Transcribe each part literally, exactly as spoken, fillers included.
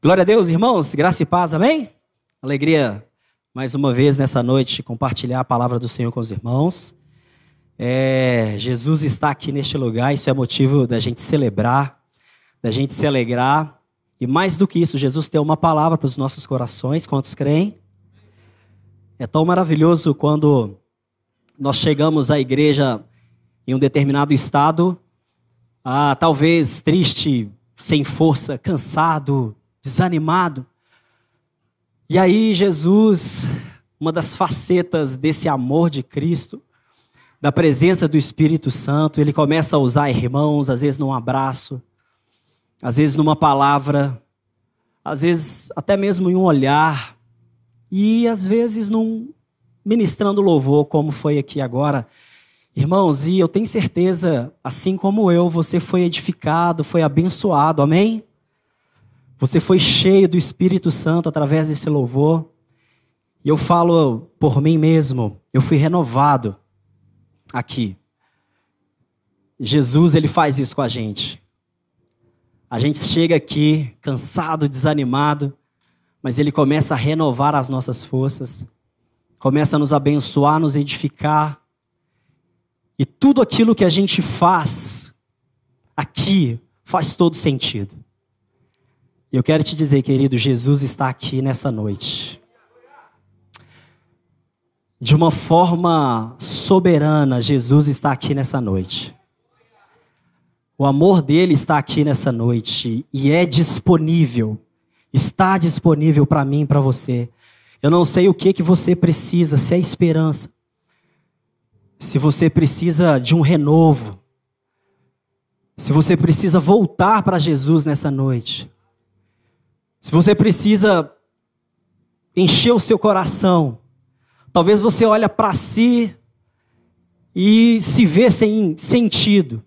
Glória a Deus, irmãos, graça e paz, amém? Alegria, mais uma vez nessa noite, compartilhar a palavra do Senhor com os irmãos. É, Jesus está aqui neste lugar, isso é motivo da gente celebrar, da gente se alegrar. E mais do que isso, Jesus tem uma palavra para os nossos corações, quantos creem? É tão maravilhoso quando nós chegamos à igreja em um determinado estado, ah, talvez triste, sem força, cansado, desanimado. E aí Jesus, uma das facetas desse amor de Cristo, da presença do Espírito Santo, ele começa a usar irmãos, às vezes num abraço, às vezes numa palavra, às vezes até mesmo em um olhar, e às vezes num ministrando louvor, como foi aqui agora. Irmãos, e eu tenho certeza, assim como eu, você foi edificado, foi abençoado, amém? Você foi cheio do Espírito Santo através desse louvor. E eu falo por mim mesmo, eu fui renovado aqui. Jesus, ele faz isso com a gente. A gente chega aqui cansado, desanimado, mas ele começa a renovar as nossas forças, começa a nos abençoar, nos edificar. E tudo aquilo que a gente faz aqui faz todo sentido. E eu quero te dizer, querido, Jesus está aqui nessa noite. De uma forma soberana, Jesus está aqui nessa noite. O amor dele está aqui nessa noite e é disponível, está disponível para mim e para você. Eu não sei o que, que você precisa, se é esperança, se você precisa de um renovo, se você precisa voltar para Jesus nessa noite. Se você precisa encher o seu coração, talvez você olhe para si e se vê sem sentido.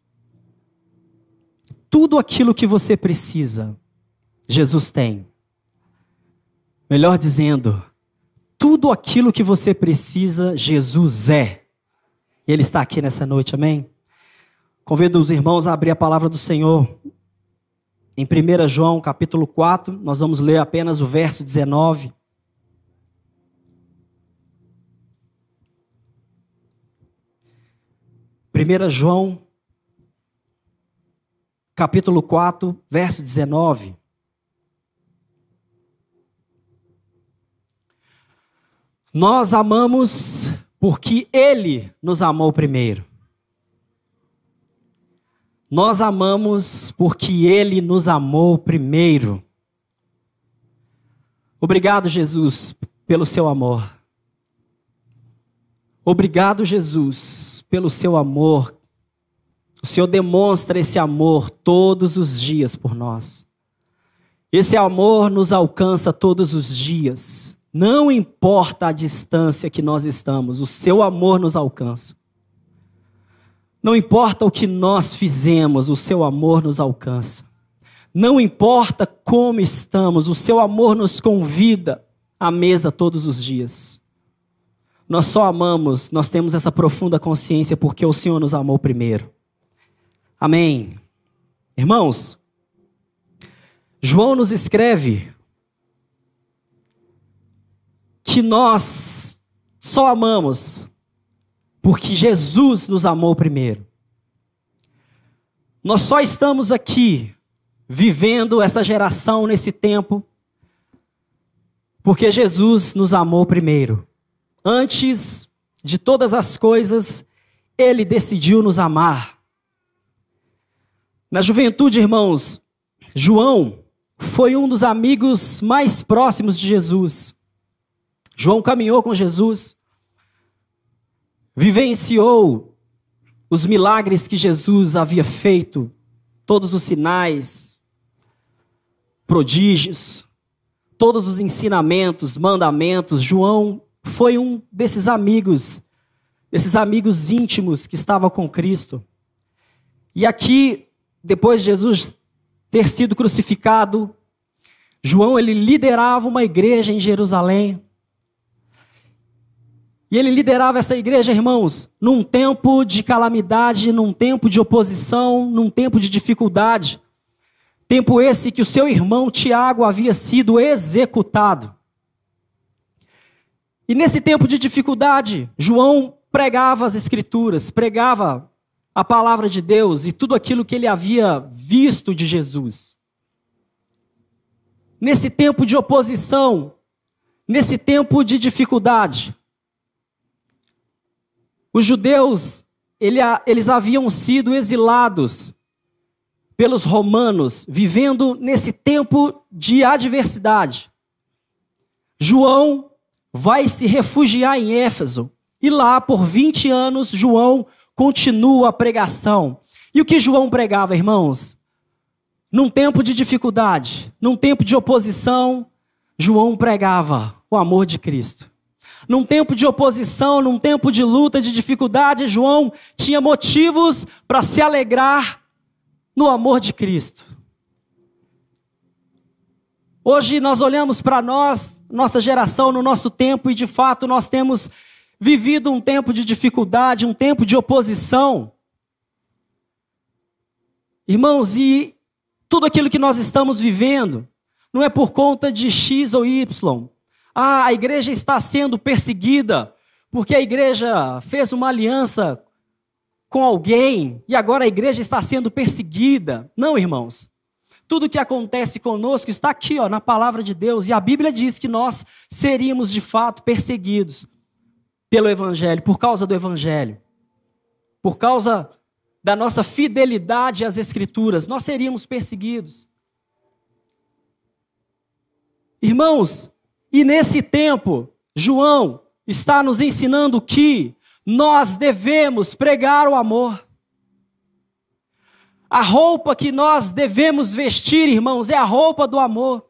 Tudo aquilo que você precisa, Jesus tem. Melhor dizendo, tudo aquilo que você precisa, Jesus é. E Ele está aqui nessa noite, amém? Convido os irmãos a abrir a palavra do Senhor. Em primeiro João, capítulo quatro, nós vamos ler apenas o verso dezenove. primeiro João, capítulo quatro, verso dezenove. Nós amamos porque Ele nos amou primeiro. Nós amamos porque Ele nos amou primeiro. Obrigado, Jesus, pelo seu amor. Obrigado, Jesus, pelo seu amor. O Senhor demonstra esse amor todos os dias por nós. Esse amor nos alcança todos os dias. Não importa a distância que nós estamos, o seu amor nos alcança. Não importa o que nós fizemos, o seu amor nos alcança. Não importa como estamos, o seu amor nos convida à mesa todos os dias. Nós só amamos, nós temos essa profunda consciência porque o Senhor nos amou primeiro. Amém. Irmãos, João nos escreve que nós só amamos porque Jesus nos amou primeiro. Nós só estamos aqui, vivendo essa geração nesse tempo, porque Jesus nos amou primeiro. Antes de todas as coisas, Ele decidiu nos amar. Na juventude, irmãos, João foi um dos amigos mais próximos de Jesus. João caminhou com Jesus, vivenciou os milagres que Jesus havia feito, todos os sinais, prodígios, todos os ensinamentos, mandamentos. João foi um desses amigos, desses amigos íntimos que estava com Cristo. E aqui, depois de Jesus ter sido crucificado, João ele liderava uma igreja em Jerusalém. E ele liderava essa igreja, irmãos, num tempo de calamidade, num tempo de oposição, num tempo de dificuldade. Tempo esse que o seu irmão Tiago havia sido executado. E nesse tempo de dificuldade, João pregava as Escrituras, pregava a palavra de Deus e tudo aquilo que ele havia visto de Jesus. Nesse tempo de oposição, nesse tempo de dificuldade, os judeus, eles haviam sido exilados pelos romanos, vivendo nesse tempo de adversidade. João vai se refugiar em Éfeso, e lá, por vinte anos, João continua a pregação. E o que João pregava, irmãos? Num tempo de dificuldade, num tempo de oposição, João pregava o amor de Cristo. Num tempo de oposição, num tempo de luta, de dificuldade, João tinha motivos para se alegrar no amor de Cristo. Hoje nós olhamos para nós, nossa geração, no nosso tempo, e de fato nós temos vivido um tempo de dificuldade, um tempo de oposição. Irmãos, e tudo aquilo que nós estamos vivendo não é por conta de X ou Y. Ah, a igreja está sendo perseguida porque a igreja fez uma aliança com alguém e agora a igreja está sendo perseguida. Não, irmãos. Tudo que acontece conosco está aqui, ó, na palavra de Deus. E a Bíblia diz que nós seríamos de fato perseguidos pelo Evangelho, por causa do Evangelho. Por causa da nossa fidelidade às Escrituras, nós seríamos perseguidos. Irmãos, e nesse tempo, João está nos ensinando que nós devemos pregar o amor. A roupa que nós devemos vestir, irmãos, é a roupa do amor.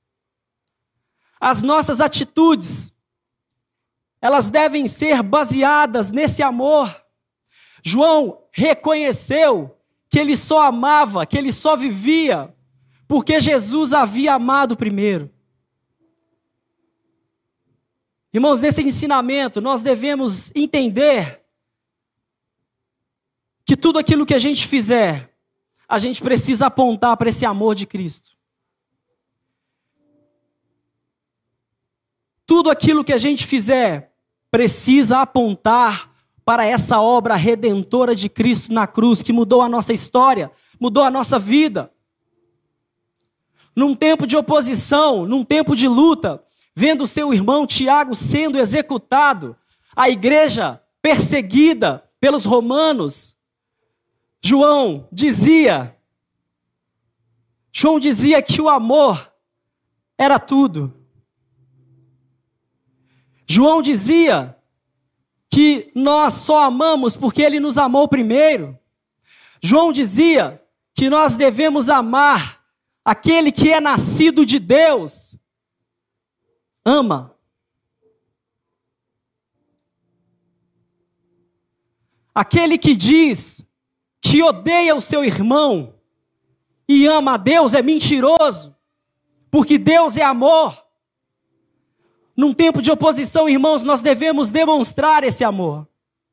As nossas atitudes, elas devem ser baseadas nesse amor. João reconheceu que ele só amava, que ele só vivia, porque Jesus havia amado primeiro. Irmãos, nesse ensinamento, nós devemos entender que tudo aquilo que a gente fizer, a gente precisa apontar para esse amor de Cristo. Tudo aquilo que a gente fizer, precisa apontar para essa obra redentora de Cristo na cruz, que mudou a nossa história, mudou a nossa vida. Num tempo de oposição, num tempo de luta, vendo seu irmão Tiago sendo executado, a igreja perseguida pelos romanos, João dizia, João dizia que o amor era tudo. João dizia que nós só amamos porque ele nos amou primeiro. João dizia que nós devemos amar aquele que é nascido de Deus. Ama. Aquele que diz que odeia o seu irmão e ama a Deus é mentiroso, porque Deus é amor. Num tempo de oposição, irmãos, nós devemos demonstrar esse amor.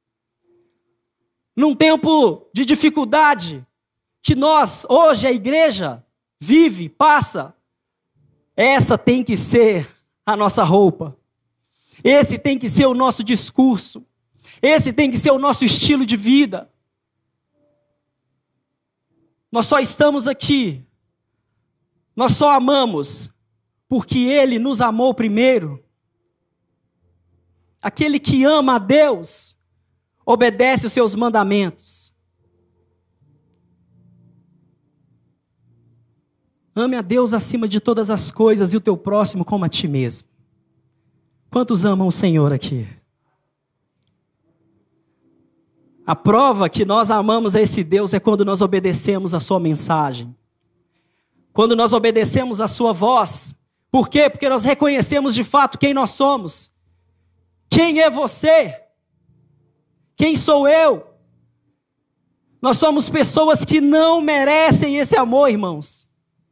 Num tempo de dificuldade, que nós, hoje, a igreja, vive, passa, essa tem que ser a nossa roupa. Esse tem que ser o nosso discurso. Esse tem que ser o nosso estilo de vida. Nós só estamos aqui, nós só amamos porque Ele nos amou primeiro. Aquele que ama a Deus, obedece os seus mandamentos. Ame a Deus acima de todas as coisas e o teu próximo como a ti mesmo. Quantos amam o Senhor aqui? A prova que nós amamos a esse Deus é quando nós obedecemos a sua mensagem. Quando nós obedecemos a sua voz. Por quê? Porque nós reconhecemos de fato quem nós somos. Quem é você? Quem sou eu? Nós somos pessoas que não merecem esse amor, irmãos.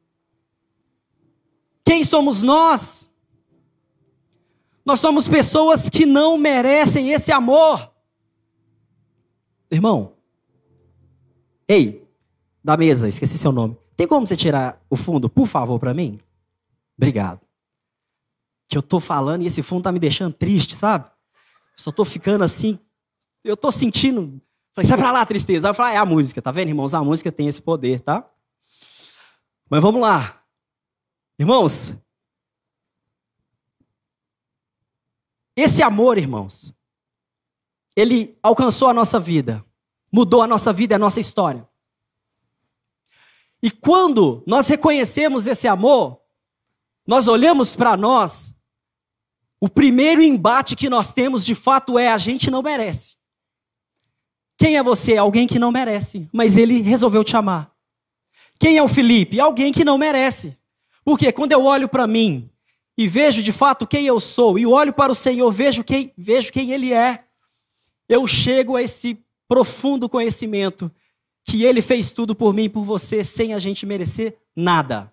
Quem somos nós? Nós somos pessoas que não merecem esse amor. Irmão, ei, da mesa, esqueci seu nome. Tem como você tirar o fundo, por favor, para mim? Obrigado. Que eu tô falando e esse fundo tá me deixando triste, sabe? Só tô ficando assim, eu tô sentindo... Falei, sai pra lá, tristeza. Aí eu falei, ah, é a música, tá vendo, irmãos? A música tem esse poder, tá? Mas vamos lá. Irmãos, esse amor, irmãos, ele alcançou a nossa vida, mudou a nossa vida e a nossa história. E quando nós reconhecemos esse amor, nós olhamos para nós, o primeiro embate que nós temos de fato é: a gente não merece. Quem é você? Alguém que não merece, mas ele resolveu te amar. Quem é o Felipe? Alguém que não merece. Porque quando eu olho para mim e vejo de fato quem eu sou, e olho para o Senhor, vejo quem, vejo quem Ele é, eu chego a esse profundo conhecimento que Ele fez tudo por mim e por você, sem a gente merecer nada.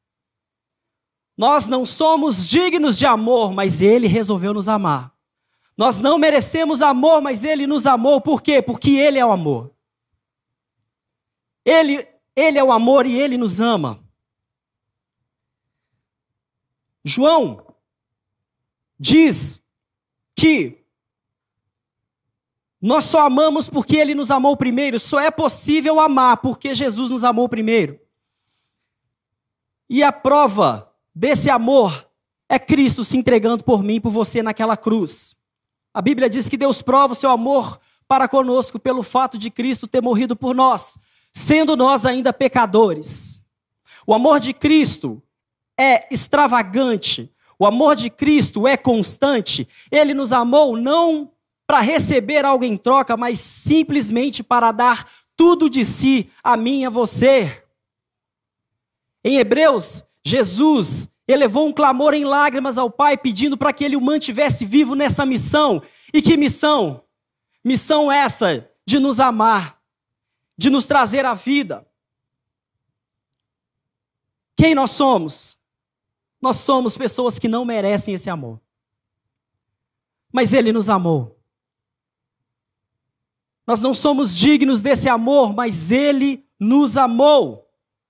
Nós não somos dignos de amor, mas Ele resolveu nos amar. Nós não merecemos amor, mas Ele nos amou. Por quê? Porque Ele é o amor. Ele, Ele é o amor e Ele nos ama. João diz que nós só amamos porque Ele nos amou primeiro. Só é possível amar porque Jesus nos amou primeiro. E a prova desse amor é Cristo se entregando por mim e por você naquela cruz. A Bíblia diz que Deus prova o seu amor para conosco pelo fato de Cristo ter morrido por nós, sendo nós ainda pecadores. O amor de Cristo é extravagante. O amor de Cristo é constante. Ele nos amou não para receber algo em troca, mas simplesmente para dar tudo de si a mim e a você. Em Hebreus, Jesus elevou um clamor em lágrimas ao Pai, pedindo para que Ele o mantivesse vivo nessa missão. E que missão? Missão essa de nos amar, de nos trazer a vida. Quem nós somos? Nós somos pessoas que não merecem esse amor. Mas Ele nos amou. Nós não somos dignos desse amor, mas Ele nos amou.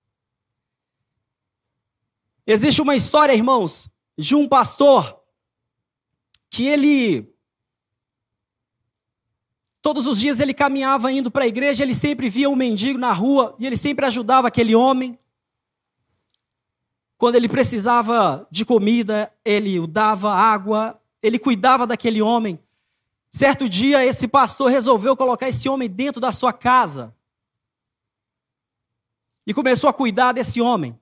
Existe uma história, irmãos, de um pastor que ele, todos os dias ele caminhava indo para a igreja, ele sempre via um mendigo na rua e ele sempre ajudava aquele homem. Quando ele precisava de comida, ele o dava água, ele cuidava daquele homem. Certo dia, esse pastor resolveu colocar esse homem dentro da sua casa e começou a cuidar desse homem.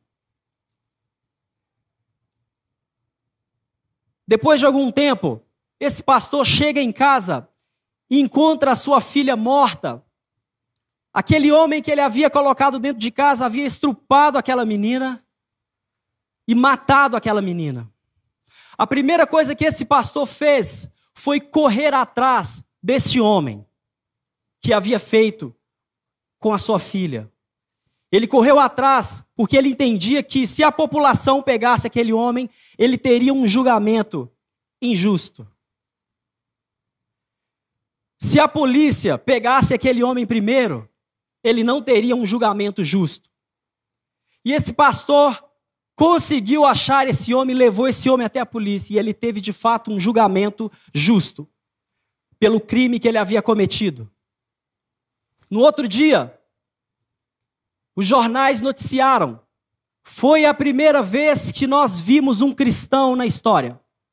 Depois de algum tempo, esse pastor chega em casa e encontra a sua filha morta. Aquele homem que ele havia colocado dentro de casa havia estrupado aquela menina e matado aquela menina. A primeira coisa que esse pastor fez foi correr atrás desse homem que havia feito com a sua filha. Ele correu atrás porque ele entendia que se a população pegasse aquele homem, ele teria um julgamento injusto. Se a polícia pegasse aquele homem primeiro, ele não teria um julgamento justo. E esse pastor conseguiu achar esse homem, levou esse homem até a polícia, e ele teve de fato um julgamento justo pelo crime que ele havia cometido. No outro dia, os jornais noticiaram: foi a primeira vez que nós vimos um cristão na história.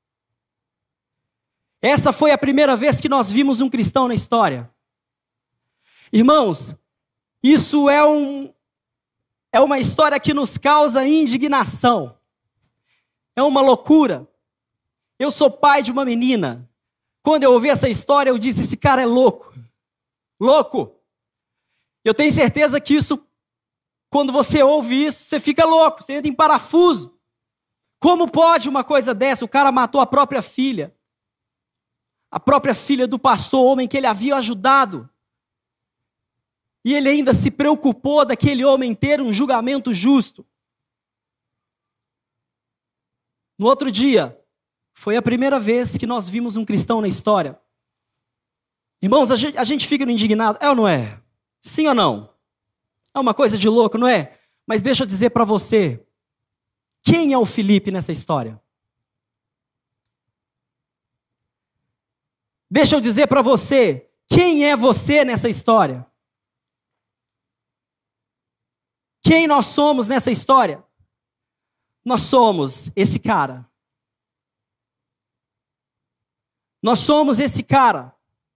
Essa foi a primeira vez que nós vimos um cristão na história. Irmãos, isso é, um, é uma história que nos causa indignação. É uma loucura. Eu sou pai de uma menina. Quando eu ouvi essa história, eu disse: esse cara é louco. Louco. Eu tenho certeza que isso, quando você ouve isso, você fica louco, você entra em parafuso. Como pode uma coisa dessa? O cara matou a própria filha. A própria filha do pastor, homem que ele havia ajudado. E ele ainda se preocupou daquele homem ter um julgamento justo. No outro dia, foi a primeira vez que nós vimos um cristão na história. Irmãos, a gente, a gente fica indignado, é ou não é? Sim ou não? É uma coisa de louco, não é? Mas deixa eu dizer para você, quem é o Felipe nessa história? Deixa eu dizer para você, quem é você nessa história? Quem nós somos nessa história? Nós somos esse cara. Nós somos esse cara.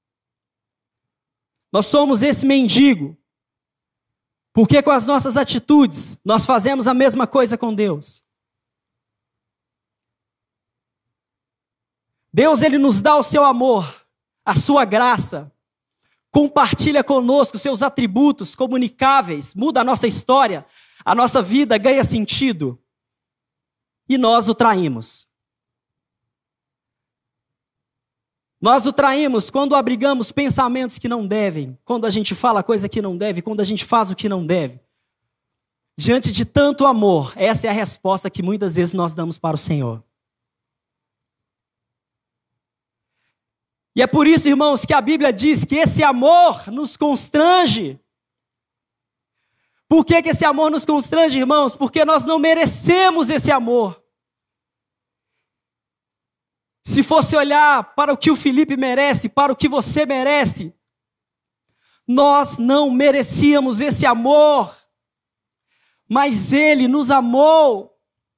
Nós somos esse mendigo. Porque com as nossas atitudes, nós fazemos a mesma coisa com Deus. Deus, Ele nos dá o seu amor, a sua graça, compartilha conosco seus atributos comunicáveis, muda a nossa história, a nossa vida ganha sentido, e nós o traímos. Nós o traímos quando abrigamos pensamentos que não devem, quando a gente fala coisa que não deve, quando a gente faz o que não deve. Diante de tanto amor, essa é a resposta que muitas vezes nós damos para o Senhor. E é por isso, irmãos, que a Bíblia diz que esse amor nos constrange. Por que que esse amor nos constrange, irmãos? Porque nós não merecemos esse amor. Se fosse olhar para o que o Felipe merece, para o que você merece, nós não merecíamos esse amor, mas Ele nos amou.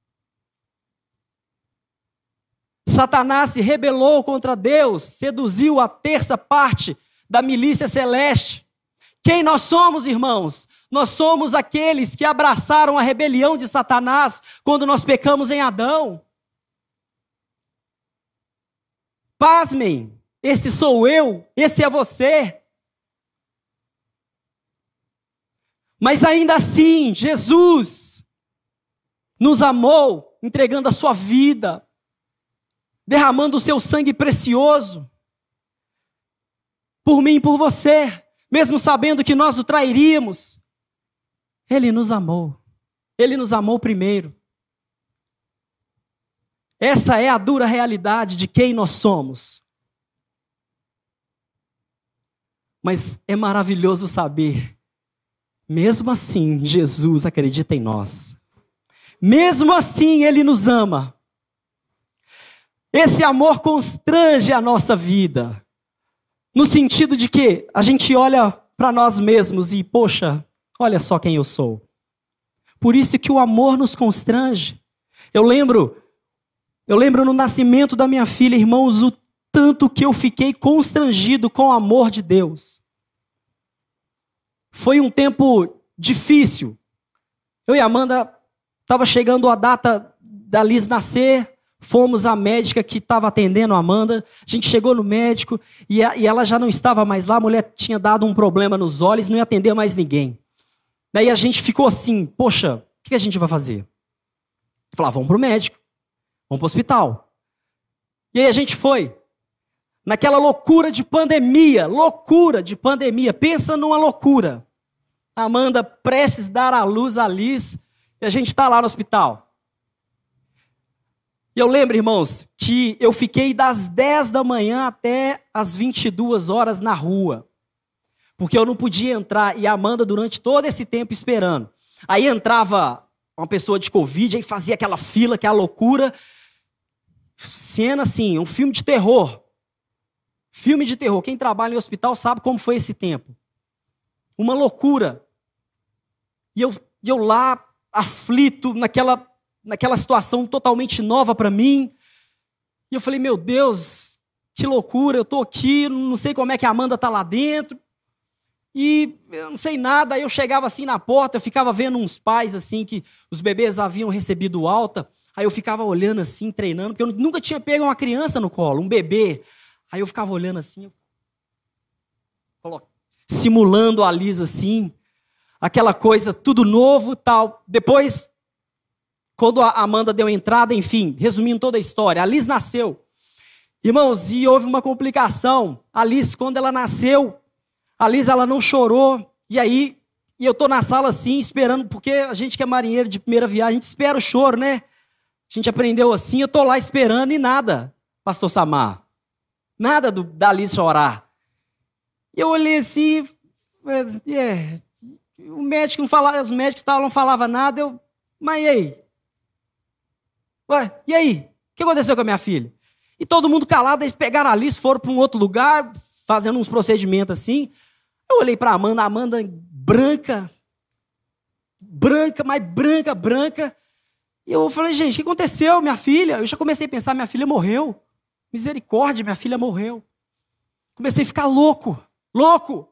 Satanás se rebelou contra Deus, seduziu a terça parte da milícia celeste. Quem nós somos, irmãos? Nós somos aqueles que abraçaram a rebelião de Satanás quando nós pecamos em Adão. Pasmem, esse sou eu, esse é você. Mas ainda assim, Jesus nos amou, entregando a sua vida, derramando o seu sangue precioso, por mim e por você, mesmo sabendo que nós o trairíamos. Ele nos amou, Ele nos amou primeiro. Essa é a dura realidade de quem nós somos. Mas é maravilhoso saber, mesmo assim, Jesus acredita em nós. Mesmo assim, Ele nos ama. Esse amor constrange a nossa vida, no sentido de que a gente olha para nós mesmos e, poxa, olha só quem eu sou. Por isso que o amor nos constrange. Eu lembro... Eu lembro no nascimento da minha filha, irmãos, o tanto que eu fiquei constrangido com o amor de Deus. Foi um tempo difícil. Eu e a Amanda, estava chegando a data da Liz nascer, fomos à médica que estava atendendo a Amanda, a gente chegou no médico e, a, e ela já não estava mais lá, a mulher tinha dado um problema nos olhos, não ia atender mais ninguém. Daí a gente ficou assim, poxa, o que a gente vai fazer? Falar, vamos para o médico. Vamos para o hospital. E aí a gente foi. Naquela loucura de pandemia. Loucura de pandemia. Pensa numa loucura. A Amanda prestes a dar à luz a Liz. E a gente está lá no hospital. E eu lembro, irmãos, que eu fiquei das dez da manhã até as vinte e duas horas na rua. Porque eu não podia entrar. E a Amanda durante todo esse tempo esperando. Aí entrava uma pessoa de Covid, aí fazia aquela fila, aquela loucura. Cena assim, um filme de terror. Filme de terror. Quem trabalha em hospital sabe como foi esse tempo. Uma loucura. E eu, eu lá, aflito, naquela, naquela situação totalmente nova para mim. E eu falei, meu Deus, que loucura, eu estou aqui, não sei como é que a Amanda está lá dentro. E eu não sei nada, aí eu chegava assim na porta, eu ficava vendo uns pais assim, que os bebês haviam recebido alta. Aí eu ficava olhando assim, treinando, porque eu nunca tinha pego uma criança no colo, um bebê. Aí eu ficava olhando assim, simulando a Liz assim, aquela coisa, tudo novo e tal. Depois, quando a Amanda deu entrada, enfim, resumindo toda a história, a Liz nasceu. Irmãos, e houve uma complicação. A Liz, quando ela nasceu, a Liz, ela não chorou. E aí, e eu tô na sala assim, esperando, porque a gente que é marinheiro de primeira viagem, a gente espera o choro, né? A gente aprendeu assim, eu estou lá esperando e nada, pastor Samar. Nada do, da Liz chorar. E eu olhei assim, é, O médico não falava, os médicos estavam, não falavam nada, eu, mas e aí? Ué, e aí? O que aconteceu com a minha filha? E todo mundo calado, eles pegaram a Alice, foram para um outro lugar, fazendo uns procedimentos assim. Eu olhei para a Amanda, a Amanda branca, branca, mais branca, branca. E eu falei, gente, o que aconteceu, minha filha? Eu já comecei a pensar, minha filha morreu. Misericórdia, minha filha morreu. Comecei a ficar louco, louco.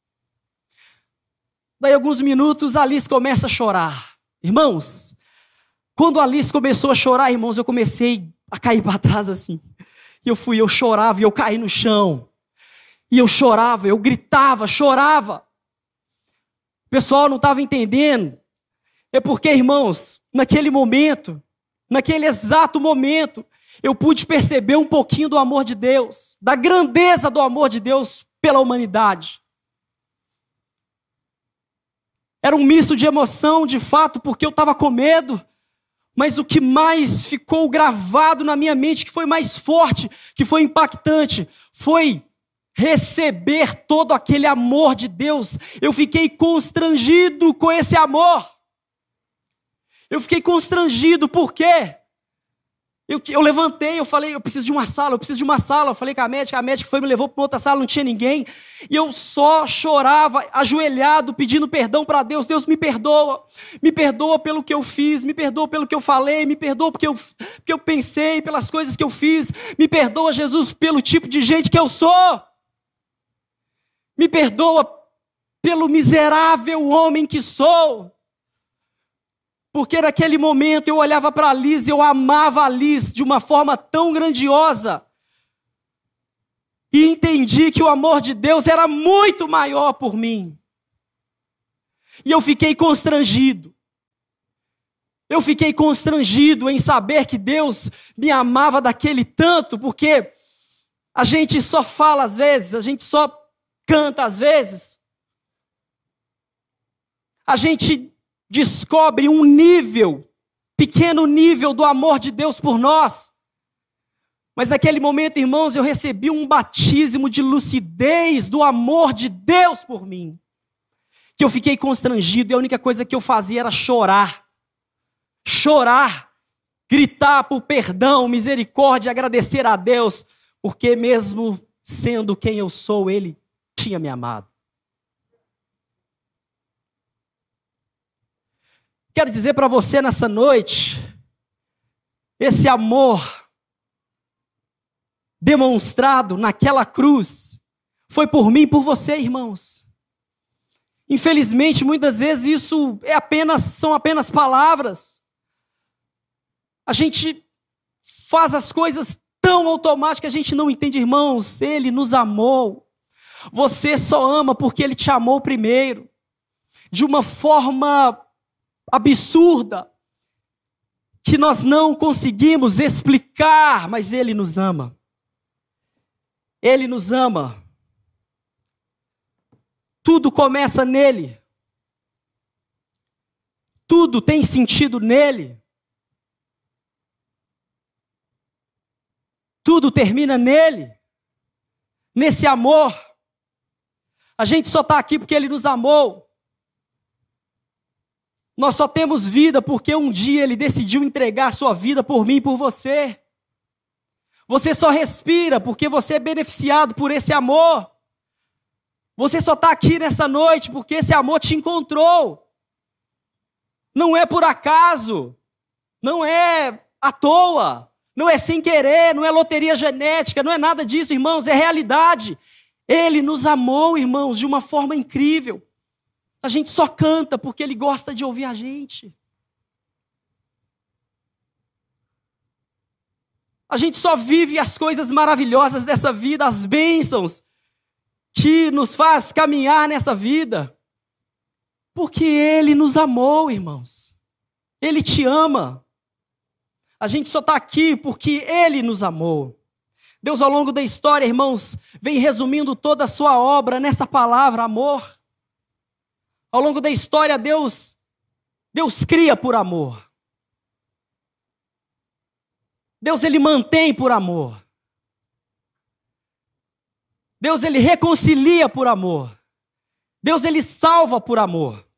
Daí, alguns minutos, a Alice começa a chorar. Irmãos, quando a Alice começou a chorar, irmãos, eu comecei a cair para trás assim. E eu fui, eu chorava e eu caí no chão. E eu chorava, eu gritava, chorava. O pessoal não estava entendendo. É porque, irmãos, naquele momento, naquele exato momento, eu pude perceber um pouquinho do amor de Deus, da grandeza do amor de Deus pela humanidade. Era um misto de emoção, de fato, porque eu estava com medo, mas o que mais ficou gravado na minha mente, que foi mais forte, que foi impactante, foi receber todo aquele amor de Deus. Eu fiquei constrangido com esse amor. Eu fiquei constrangido, por quê? Eu, eu levantei, eu falei, eu preciso de uma sala, eu preciso de uma sala. Eu falei com a médica, a médica foi, me levou para outra sala, não tinha ninguém. E eu só chorava, ajoelhado, pedindo perdão para Deus. Deus, me perdoa. Me perdoa pelo que eu fiz, me perdoa pelo que eu falei, me perdoa porque eu, porque eu pensei, pelas coisas que eu fiz. Me perdoa, Jesus, pelo tipo de gente que eu sou. Me perdoa pelo miserável homem que sou. Porque naquele momento eu olhava para a Liz e eu amava a Liz de uma forma tão grandiosa. E entendi que o amor de Deus era muito maior por mim. E eu fiquei constrangido. Eu fiquei constrangido em saber que Deus me amava daquele tanto, porque a gente só fala às vezes, a gente só canta às vezes. A gente descobre um nível, pequeno nível do amor de Deus por nós. Mas naquele momento, irmãos, eu recebi um batismo de lucidez do amor de Deus por mim. Que eu fiquei constrangido e a única coisa que eu fazia era chorar. Chorar, gritar por perdão, misericórdia, agradecer a Deus, porque mesmo sendo quem eu sou, Ele tinha me amado. Quero dizer para você nessa noite, esse amor demonstrado naquela cruz foi por mim e por você, irmãos. Infelizmente, muitas vezes isso é apenas, são apenas palavras. A gente faz as coisas tão automáticas que a gente não entende, irmãos. Ele nos amou. Você só ama porque Ele te amou primeiro. De uma forma absurda, que nós não conseguimos explicar, mas Ele nos ama. Ele nos ama. Tudo começa nele. Tudo tem sentido nele. Tudo termina nele. Nesse amor. A gente só está aqui porque Ele nos amou. Nós só temos vida porque um dia Ele decidiu entregar sua vida por mim e por você. Você só respira porque você é beneficiado por esse amor. Você só está aqui nessa noite porque esse amor te encontrou. Não é por acaso. Não é à toa. Não é sem querer. Não é loteria genética. Não é nada disso, irmãos. É realidade. Ele nos amou, irmãos, de uma forma incrível. A gente só canta porque Ele gosta de ouvir a gente. A gente só vive as coisas maravilhosas dessa vida, as bênçãos que nos faz caminhar nessa vida. Porque Ele nos amou, irmãos. Ele te ama. A gente só está aqui porque Ele nos amou. Deus, ao longo da história, irmãos, vem resumindo toda a sua obra nessa palavra, amor. Ao longo da história, Deus, Deus cria por amor. Deus, Ele mantém por amor. Deus, Ele reconcilia por amor. Deus, Ele salva por amor.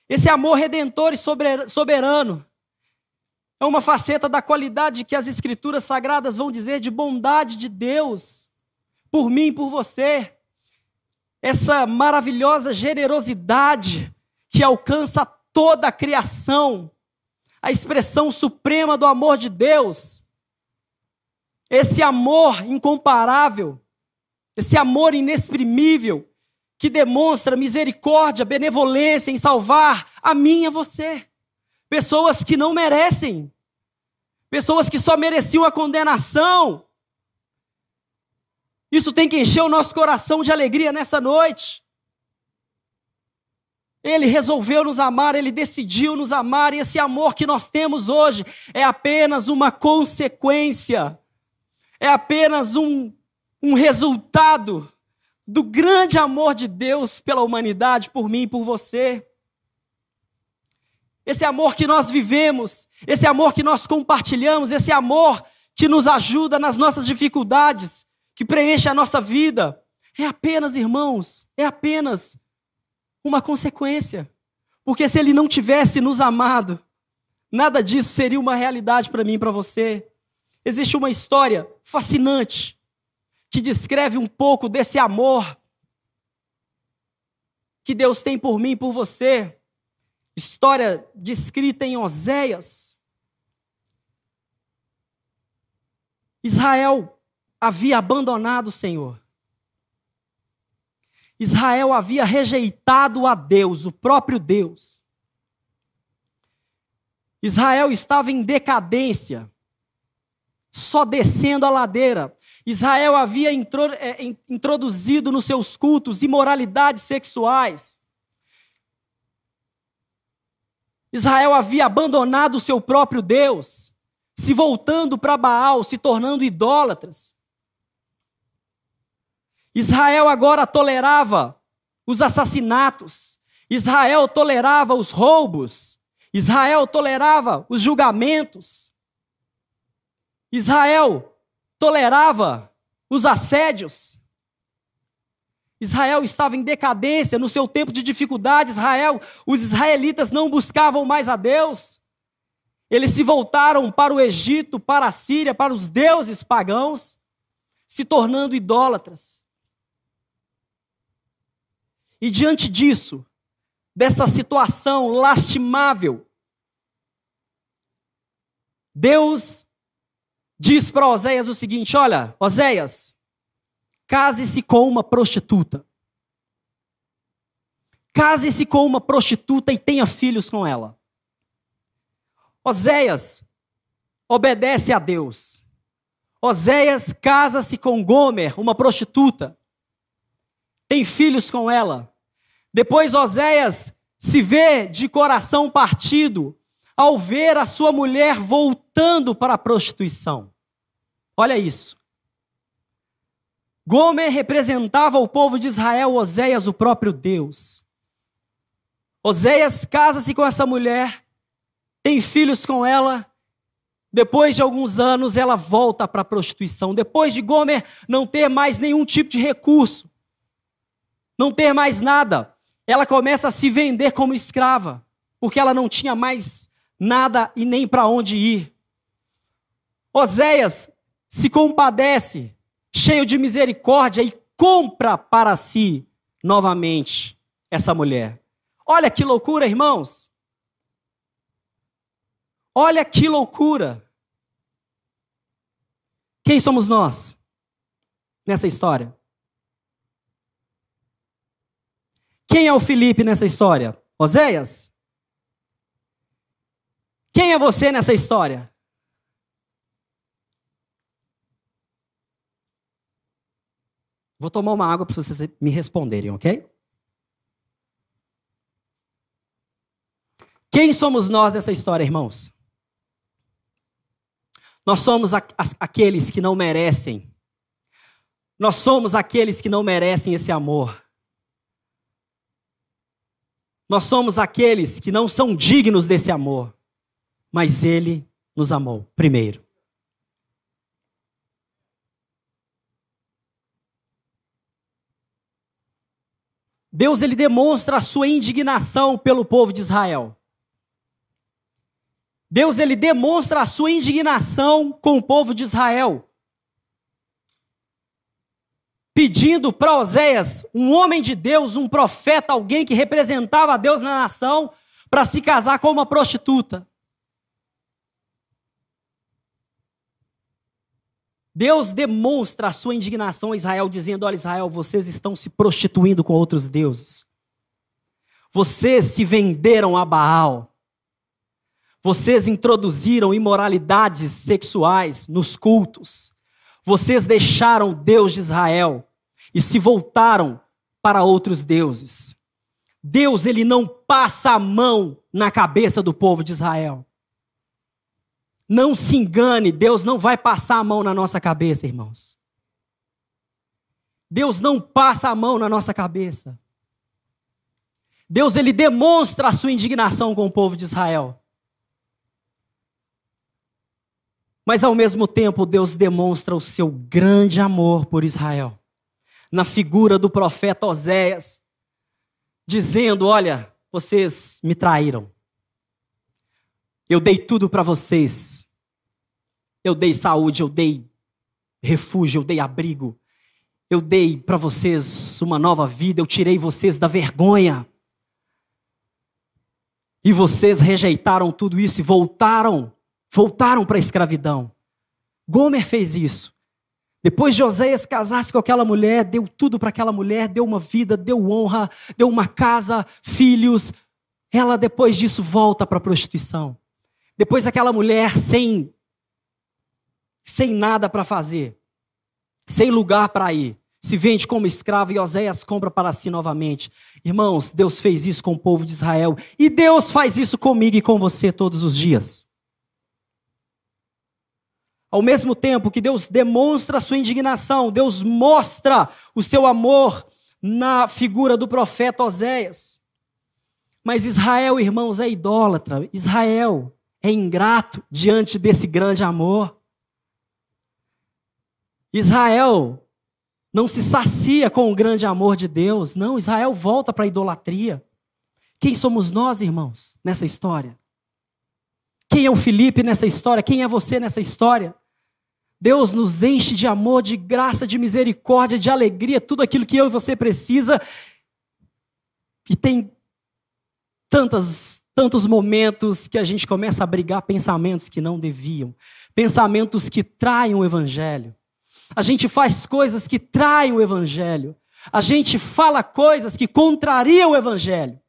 Esse amor redentor e soberano é uma faceta da qualidade que as Escrituras Sagradas vão dizer de bondade de Deus por mim e por você. Essa maravilhosa generosidade que alcança toda a criação, a expressão suprema do amor de Deus. Esse amor incomparável, esse amor inexprimível, que demonstra misericórdia, benevolência em salvar a mim e a você. Pessoas que não merecem, pessoas que só mereciam a condenação. Isso tem que encher o nosso coração de alegria nessa noite. Ele resolveu nos amar, Ele decidiu nos amar, e esse amor que nós temos hoje é apenas uma consequência, é apenas um, um resultado do grande amor de Deus pela humanidade, por mim e por você. Esse amor que nós vivemos, esse amor que nós compartilhamos, esse amor que nos ajuda nas nossas dificuldades, que preenche a nossa vida, é apenas, irmãos, é apenas uma consequência. Porque se Ele não tivesse nos amado, nada disso seria uma realidade para mim e para você. Existe uma história fascinante que descreve um pouco desse amor que Deus tem por mim e por você. História descrita em Oséias. Israel havia abandonado o Senhor. Israel havia rejeitado a Deus, o próprio Deus. Israel estava em decadência, só descendo a ladeira. Israel havia intro, é, introduzido nos seus cultos imoralidades sexuais. Israel havia abandonado o seu próprio Deus, se voltando para Baal, se tornando idólatras. Israel agora tolerava os assassinatos. Israel tolerava os roubos. Israel tolerava os julgamentos. Israel tolerava os assédios. Israel estava em decadência no seu tempo de dificuldade. Israel, os israelitas não buscavam mais a Deus. Eles se voltaram para o Egito, para a Síria, para os deuses pagãos, se tornando idólatras. E diante disso, dessa situação lastimável, Deus diz para Oséias o seguinte: olha, Oséias, case-se com uma prostituta. Case-se com uma prostituta e tenha filhos com ela. Oséias obedece a Deus. Oséias casa-se com Gomer, uma prostituta. Tem filhos com ela. Depois Oséias se vê de coração partido ao ver a sua mulher voltando para a prostituição. Olha isso. Gomer representava o povo de Israel, Oséias o próprio Deus. Oséias casa-se com essa mulher, tem filhos com ela. Depois de alguns anos ela volta para a prostituição. Depois de Gomer não ter mais nenhum tipo de recurso, não ter mais nada, ela começa a se vender como escrava, porque ela não tinha mais nada e nem para onde ir. Oséias se compadece, cheio de misericórdia, e compra para si novamente essa mulher. Olha que loucura, irmãos. Olha que loucura. Quem somos nós nessa história? Quem é o Felipe nessa história? Oséias? Quem é você nessa história? Vou tomar uma água para vocês me responderem, ok? Quem somos nós nessa história, irmãos? Nós somos a, a, aqueles que não merecem. Nós somos aqueles que não merecem esse amor. Nós somos aqueles que não são dignos desse amor, mas Ele nos amou primeiro. Deus ele demonstra a sua indignação pelo povo de Israel. Deus ele demonstra a sua indignação com o povo de Israel, pedindo para Oséias, um homem de Deus, um profeta, alguém que representava a Deus na nação, para se casar com uma prostituta. Deus demonstra a sua indignação a Israel, dizendo: olha, Israel, vocês estão se prostituindo com outros deuses. Vocês se venderam a Baal. Vocês introduziram imoralidades sexuais nos cultos. Vocês deixaram o Deus de Israel e se voltaram para outros deuses. Deus, ele não passa a mão na cabeça do povo de Israel. Não se engane, Deus não vai passar a mão na nossa cabeça, irmãos. Deus não passa a mão na nossa cabeça. Deus, ele demonstra a sua indignação com o povo de Israel. Mas ao mesmo tempo, Deus demonstra o seu grande amor por Israel, na figura do profeta Oséias, dizendo: olha, vocês me traíram. Eu dei tudo para vocês. Eu dei saúde, eu dei refúgio, eu dei abrigo. Eu dei para vocês uma nova vida, eu tirei vocês da vergonha. E vocês rejeitaram tudo isso e voltaram, voltaram para a escravidão. Gomer fez isso. Depois de Oséias casar-se com aquela mulher, deu tudo para aquela mulher, deu uma vida, deu honra, deu uma casa, filhos. Ela depois disso volta para a prostituição. Depois aquela mulher sem, sem nada para fazer, sem lugar para ir, se vende como escrava e Oséias compra para si novamente. Irmãos, Deus fez isso com o povo de Israel e Deus faz isso comigo e com você todos os dias. Ao mesmo tempo que Deus demonstra a sua indignação, Deus mostra o seu amor na figura do profeta Oséias. Mas Israel, irmãos, é idólatra. Israel é ingrato diante desse grande amor. Israel não se sacia com o grande amor de Deus. Não, Israel volta para a idolatria. Quem somos nós, irmãos, nessa história? Quem é o Felipe nessa história? Quem é você nessa história? Deus nos enche de amor, de graça, de misericórdia, de alegria, tudo aquilo que eu e você precisa. E tem tantas, tantos momentos que a gente começa a abrigar pensamentos que não deviam, pensamentos que traem o evangelho. A gente faz coisas que traem o evangelho. A gente fala coisas que contrariam o evangelho.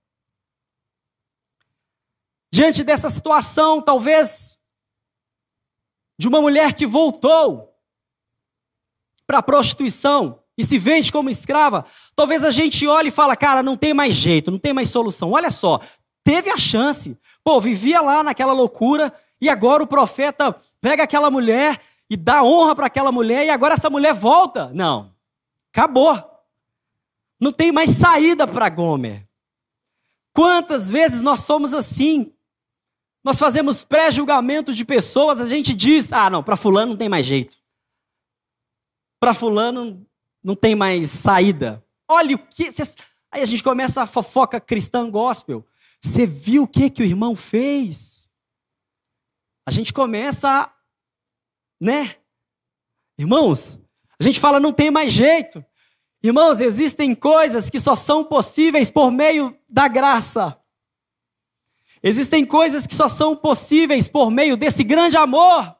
Diante dessa situação, talvez, de uma mulher que voltou para a prostituição e se vende como escrava, talvez a gente olhe e fala: cara, não tem mais jeito, não tem mais solução. Olha só, teve a chance. Pô, vivia lá naquela loucura e agora o profeta pega aquela mulher e dá honra para aquela mulher e agora essa mulher volta. Não, acabou. Não tem mais saída para Gomer. Quantas vezes nós somos assim? Nós fazemos pré-julgamento de pessoas, a gente diz: ah, não, para fulano não tem mais jeito. Para fulano não tem mais saída. Olha o que... Cês... Aí a gente começa a fofoca cristã gospel. Você viu o que, que o irmão fez? A gente começa a... Né? Irmãos, a gente fala: não tem mais jeito. Irmãos, existem coisas que só são possíveis por meio da graça. Existem coisas que só são possíveis por meio desse grande amor.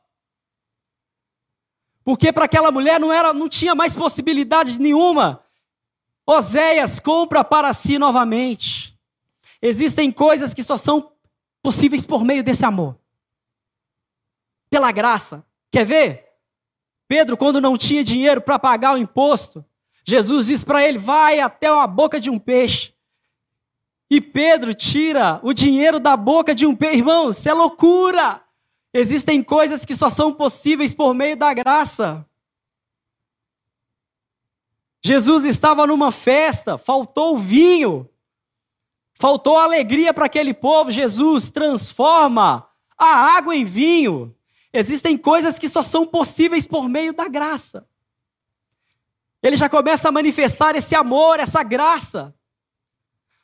Porque para aquela mulher não, era, não tinha mais possibilidade nenhuma. Oséias compra para si novamente. Existem coisas que só são possíveis por meio desse amor. Pela graça. Quer ver? Pedro, quando não tinha dinheiro para pagar o imposto, Jesus diz para ele: vai até a boca de um peixe. E Pedro tira o dinheiro da boca de um peixe. Irmãos, isso é loucura. Existem coisas que só são possíveis por meio da graça. Jesus estava numa festa, faltou vinho, faltou alegria para aquele povo. Jesus transforma a água em vinho. Existem coisas que só são possíveis por meio da graça. Ele já começa a manifestar esse amor, essa graça.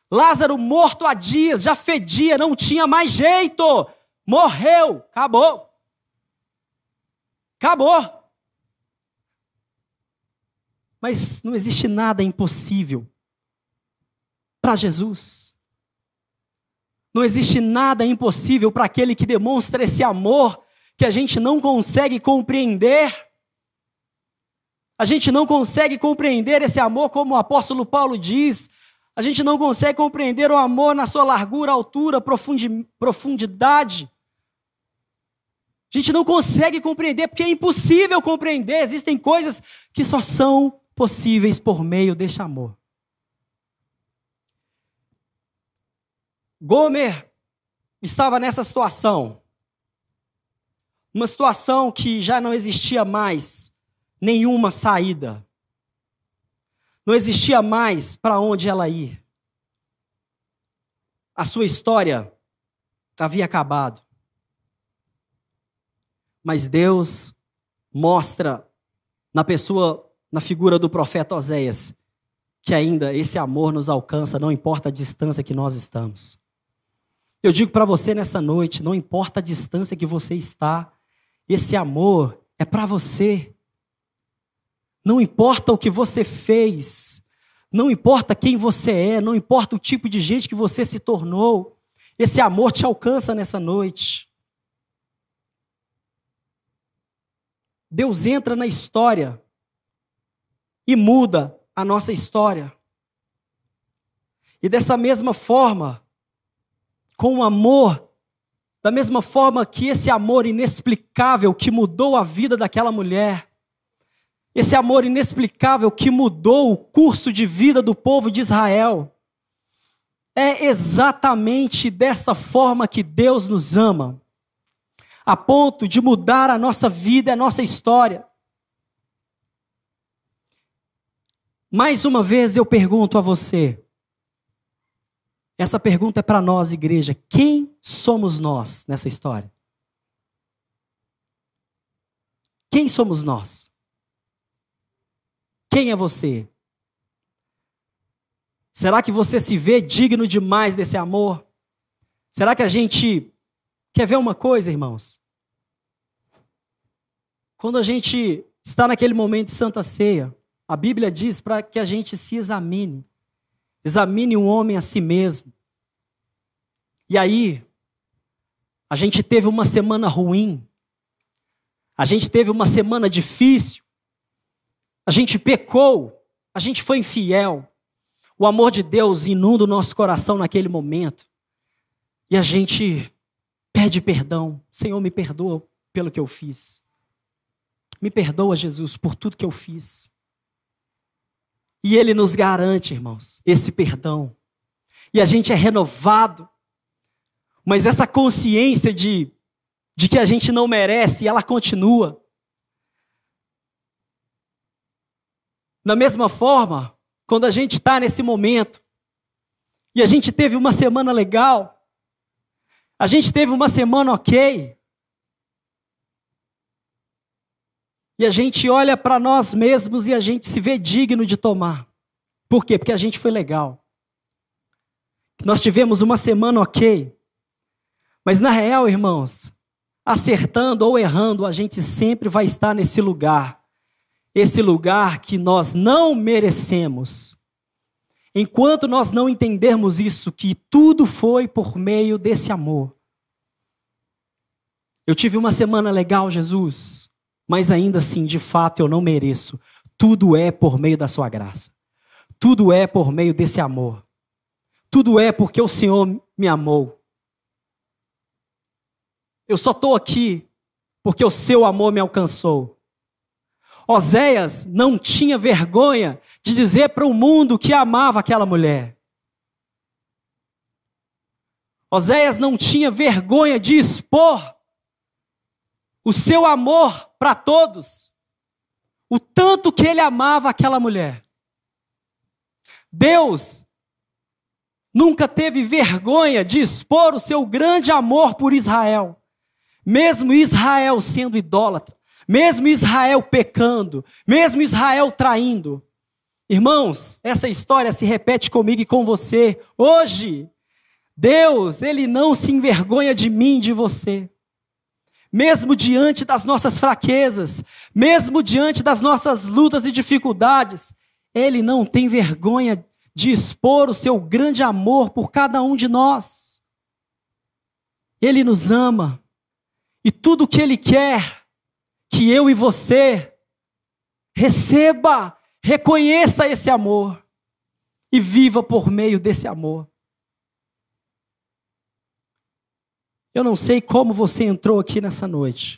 Lázaro morto há dias, já fedia, não tinha mais jeito. Morreu, acabou. Acabou. Mas não existe nada impossível para Jesus. Não existe nada impossível para aquele que demonstra esse amor que a gente não consegue compreender. A gente não consegue compreender esse amor como o apóstolo Paulo diz. A gente não consegue compreender o amor na sua largura, altura, profundi- profundidade. A gente não consegue compreender porque é impossível compreender. Existem coisas que só são possíveis por meio deste amor. Gomer estava nessa situação. Uma situação que já não existia mais nenhuma saída. Não existia mais para onde ela ir. A sua história havia acabado. Mas Deus mostra na pessoa, na figura do profeta Oséias, que ainda esse amor nos alcança, não importa a distância que nós estamos. Eu digo para você nessa noite, não importa a distância que você está, esse amor é para você. Não importa o que você fez, não importa quem você é, não importa o tipo de gente que você se tornou, esse amor te alcança nessa noite. Deus entra na história e muda a nossa história. E dessa mesma forma, com o amor, da mesma forma que esse amor inexplicável que mudou a vida daquela mulher, esse amor inexplicável que mudou o curso de vida do povo de Israel, é exatamente dessa forma que Deus nos ama, a ponto de mudar a nossa vida e a nossa história. Mais uma vez eu pergunto a você, essa pergunta é para nós, igreja, quem somos nós nessa história? Quem somos nós? Quem é você? Será que você se vê digno demais desse amor? Será que a gente quer ver uma coisa, irmãos? Quando a gente está naquele momento de Santa Ceia, a Bíblia diz para que a gente se examine. Examine o homem a si mesmo. E aí, a gente teve uma semana ruim. A gente teve uma semana difícil. A gente pecou. A gente foi infiel. O amor de Deus inunda o nosso coração naquele momento. E a gente pede perdão. Senhor, me perdoa pelo que eu fiz. Me perdoa, Jesus, por tudo que eu fiz. E Ele nos garante, irmãos, esse perdão. E a gente é renovado. Mas essa consciência de, de que a gente não merece, ela continua. Da mesma forma, quando a gente está nesse momento, e a gente teve uma semana legal, a gente teve uma semana ok, e a gente olha para nós mesmos e a gente se vê digno de tomar. Por quê? Porque a gente foi legal. Nós tivemos uma semana ok. Mas na real, irmãos, acertando ou errando, a gente sempre vai estar nesse lugar. Esse lugar que nós não merecemos. Enquanto nós não entendermos isso, que tudo foi por meio desse amor. Eu tive uma semana legal, Jesus. Mas ainda assim, de fato, eu não mereço. Tudo é por meio da sua graça. Tudo é por meio desse amor. Tudo é porque o Senhor me amou. Eu só estou aqui porque o seu amor me alcançou. Oséias não tinha vergonha de dizer para o mundo que amava aquela mulher. Oséias não tinha vergonha de expor o seu amor para todos, o tanto que ele amava aquela mulher. Deus nunca teve vergonha de expor o seu grande amor por Israel, mesmo Israel sendo idólatra, mesmo Israel pecando, mesmo Israel traindo. Irmãos, essa história se repete comigo e com você. Hoje, Deus, Ele não se envergonha de mim e de você. Mesmo diante das nossas fraquezas, mesmo diante das nossas lutas e dificuldades, Ele não tem vergonha de expor o seu grande amor por cada um de nós. Ele nos ama. E tudo o que Ele quer, que eu e você receba, reconheça esse amor e viva por meio desse amor. Eu não sei como você entrou aqui nessa noite.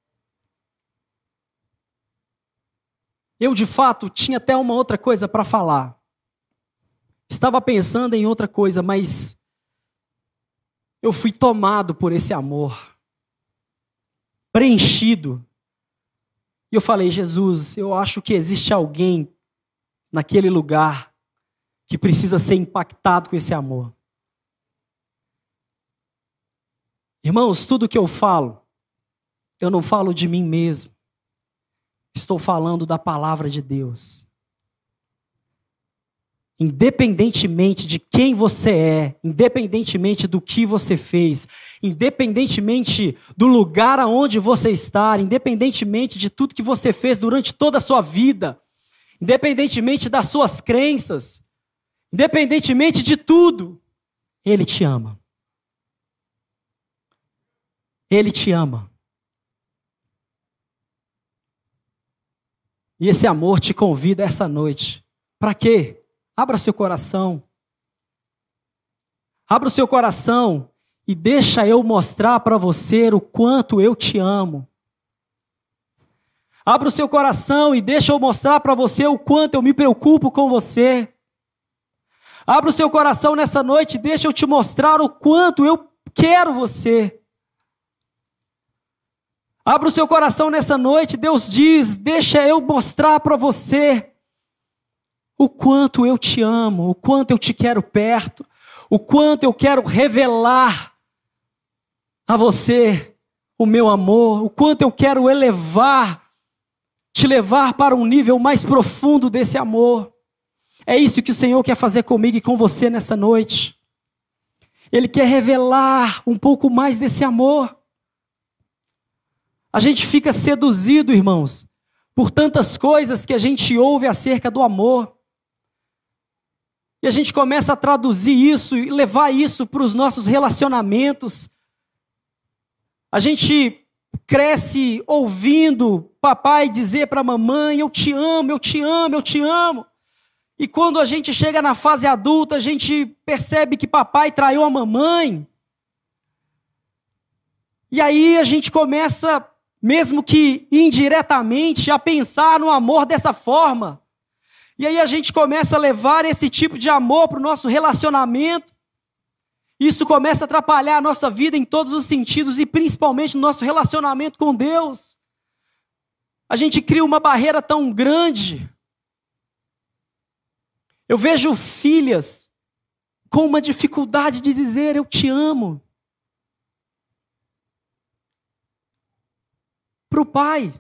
Eu, de fato, tinha até uma outra coisa para falar. Estava pensando em outra coisa, mas eu fui tomado por esse amor, preenchido. E eu falei, Jesus, eu acho que existe alguém naquele lugar que precisa ser impactado com esse amor. Irmãos, tudo que eu falo, eu não falo de mim mesmo. Estou falando da palavra de Deus. Independentemente de quem você é, independentemente do que você fez, independentemente do lugar aonde você está, independentemente de tudo que você fez durante toda a sua vida, independentemente das suas crenças, independentemente de tudo, Ele te ama. Ele te ama. E esse amor te convida essa noite. Para quê? Abra seu coração. Abra o seu coração e deixa eu mostrar para você o quanto eu te amo. Abra o seu coração e deixa eu mostrar para você o quanto eu me preocupo com você. Abra o seu coração nessa noite e deixa eu te mostrar o quanto eu quero você. Abra o seu coração nessa noite, Deus diz, deixa eu mostrar para você o quanto eu te amo, o quanto eu te quero perto, o quanto eu quero revelar a você o meu amor, o quanto eu quero elevar, te levar para um nível mais profundo desse amor. É isso que o Senhor quer fazer comigo e com você nessa noite. Ele quer revelar um pouco mais desse amor. A gente fica seduzido, irmãos, por tantas coisas que a gente ouve acerca do amor. E a gente começa a traduzir isso e levar isso para os nossos relacionamentos. A gente cresce ouvindo papai dizer para a mamãe, eu te amo, eu te amo, eu te amo. E quando a gente chega na fase adulta, a gente percebe que papai traiu a mamãe. E aí a gente começa, mesmo que indiretamente, a pensar no amor dessa forma. E aí a gente começa a levar esse tipo de amor para o nosso relacionamento. Isso começa a atrapalhar a nossa vida em todos os sentidos e principalmente no nosso relacionamento com Deus. A gente cria uma barreira tão grande. Eu vejo filhas com uma dificuldade de dizer eu te amo para o pai.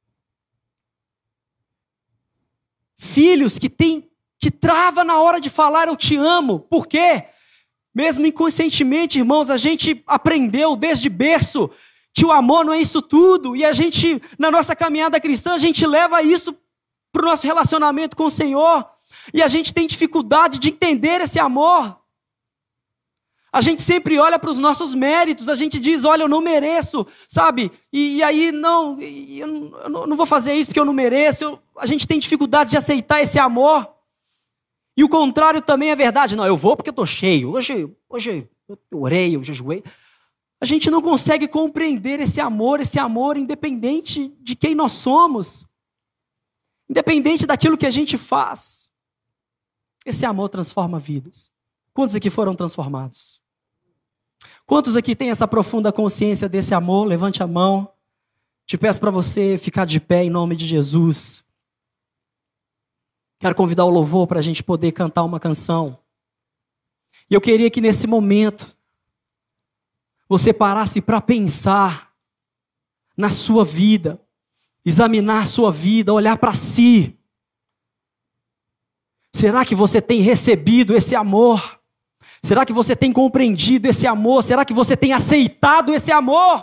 Filhos que tem, que trava na hora de falar eu te amo. Por quê? Mesmo inconscientemente, irmãos, a gente aprendeu desde berço que o amor não é isso tudo. E a gente, na nossa caminhada cristã, a gente leva isso para o nosso relacionamento com o Senhor. E a gente tem dificuldade de entender esse amor. A gente sempre olha para os nossos méritos, a gente diz, olha, eu não mereço, sabe? E, e aí, não, eu não, eu não vou fazer isso porque eu não mereço. Eu, a gente tem dificuldade de aceitar esse amor. E o contrário também é verdade. Não, eu vou porque eu estou cheio. Hoje, hoje eu orei, eu jejuei. A gente não consegue compreender esse amor, esse amor independente de quem nós somos. Independente daquilo que a gente faz. Esse amor transforma vidas. Quantos aqui foram transformados? Quantos aqui têm essa profunda consciência desse amor? Levante a mão. Te peço para você ficar de pé em nome de Jesus. Quero convidar o louvor para a gente poder cantar uma canção. E eu queria que nesse momento você parasse para pensar na sua vida, examinar a sua vida, olhar para si. Será que você tem recebido esse amor? Será que você tem compreendido esse amor? Será que você tem aceitado esse amor?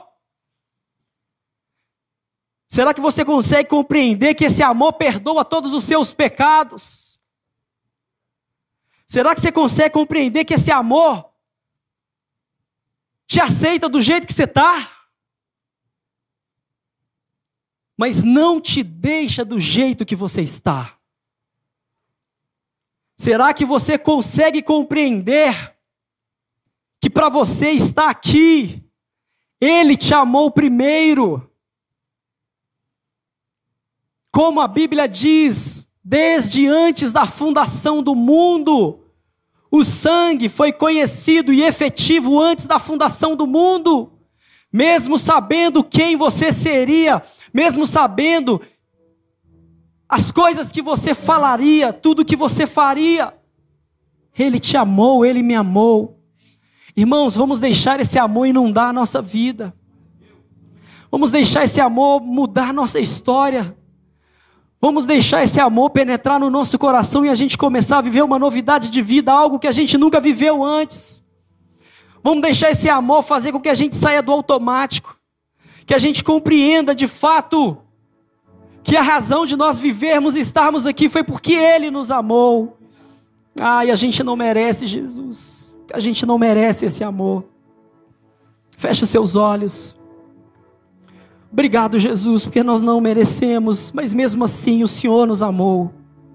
Será que você consegue compreender que esse amor perdoa todos os seus pecados? Será que você consegue compreender que esse amor te aceita do jeito que você está? Mas não te deixa do jeito que você está. Será que você consegue compreender que para você estar aqui, Ele te amou primeiro? Como a Bíblia diz, desde antes da fundação do mundo, o sangue foi conhecido e efetivo antes da fundação do mundo. Mesmo sabendo quem você seria, mesmo sabendo as coisas que você falaria, tudo que você faria, Ele te amou, Ele me amou. Irmãos, vamos deixar esse amor inundar a nossa vida. Vamos deixar esse amor mudar a nossa história. Vamos deixar esse amor penetrar no nosso coração e a gente começar a viver uma novidade de vida, algo que a gente nunca viveu antes. Vamos deixar esse amor fazer com que a gente saia do automático, que a gente compreenda de fato que a razão de nós vivermos e estarmos aqui foi porque Ele nos amou. Ai, a gente não merece Jesus, a gente não merece esse amor. Feche os seus olhos. Obrigado, Jesus, porque nós não merecemos, mas mesmo assim o Senhor nos amou.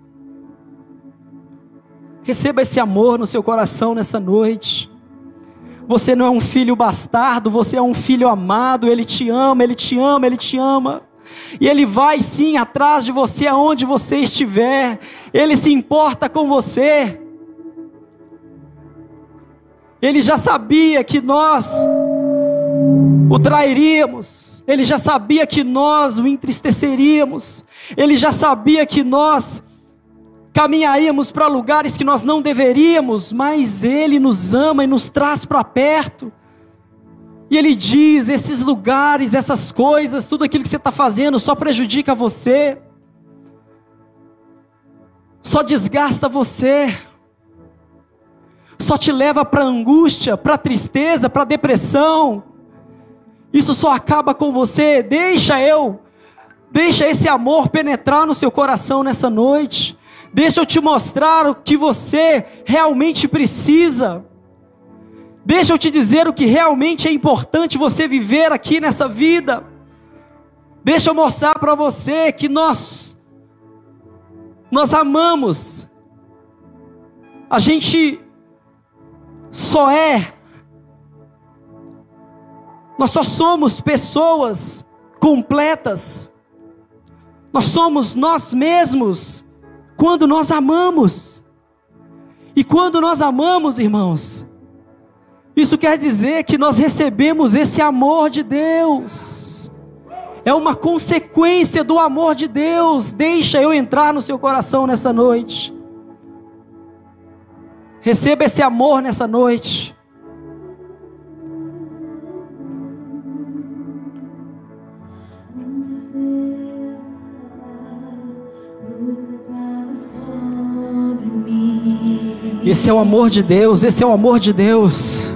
Receba esse amor no seu coração nessa noite. Você não é um filho bastardo, você é um filho amado. Ele te ama, Ele te ama, Ele te ama. E Ele vai sim atrás de você aonde você estiver. Ele se importa com você. Ele já sabia que nós o trairíamos. Ele já sabia que nós o entristeceríamos. Ele já sabia que nós caminharíamos para lugares que nós não deveríamos, mas Ele nos ama e nos traz para perto. E Ele diz, esses lugares, essas coisas, tudo aquilo que você está fazendo só prejudica você, só desgasta você, só te leva para angústia, para tristeza, para depressão. Isso só acaba com você. Deixa eu, deixa esse amor penetrar no seu coração nessa noite. Deixa eu te mostrar o que você realmente precisa. Deixa eu te dizer o que realmente é importante você viver aqui nessa vida. Deixa eu mostrar para você que nós, nós amamos. A gente só é, nós só somos pessoas completas. Nós somos nós mesmos quando nós amamos. E quando nós amamos, irmãos, isso quer dizer que nós recebemos esse amor de Deus. É uma consequência do amor de Deus. Deixa eu entrar no seu coração nessa noite. Receba esse amor nessa noite. Esse é o amor de Deus, esse é o amor de Deus.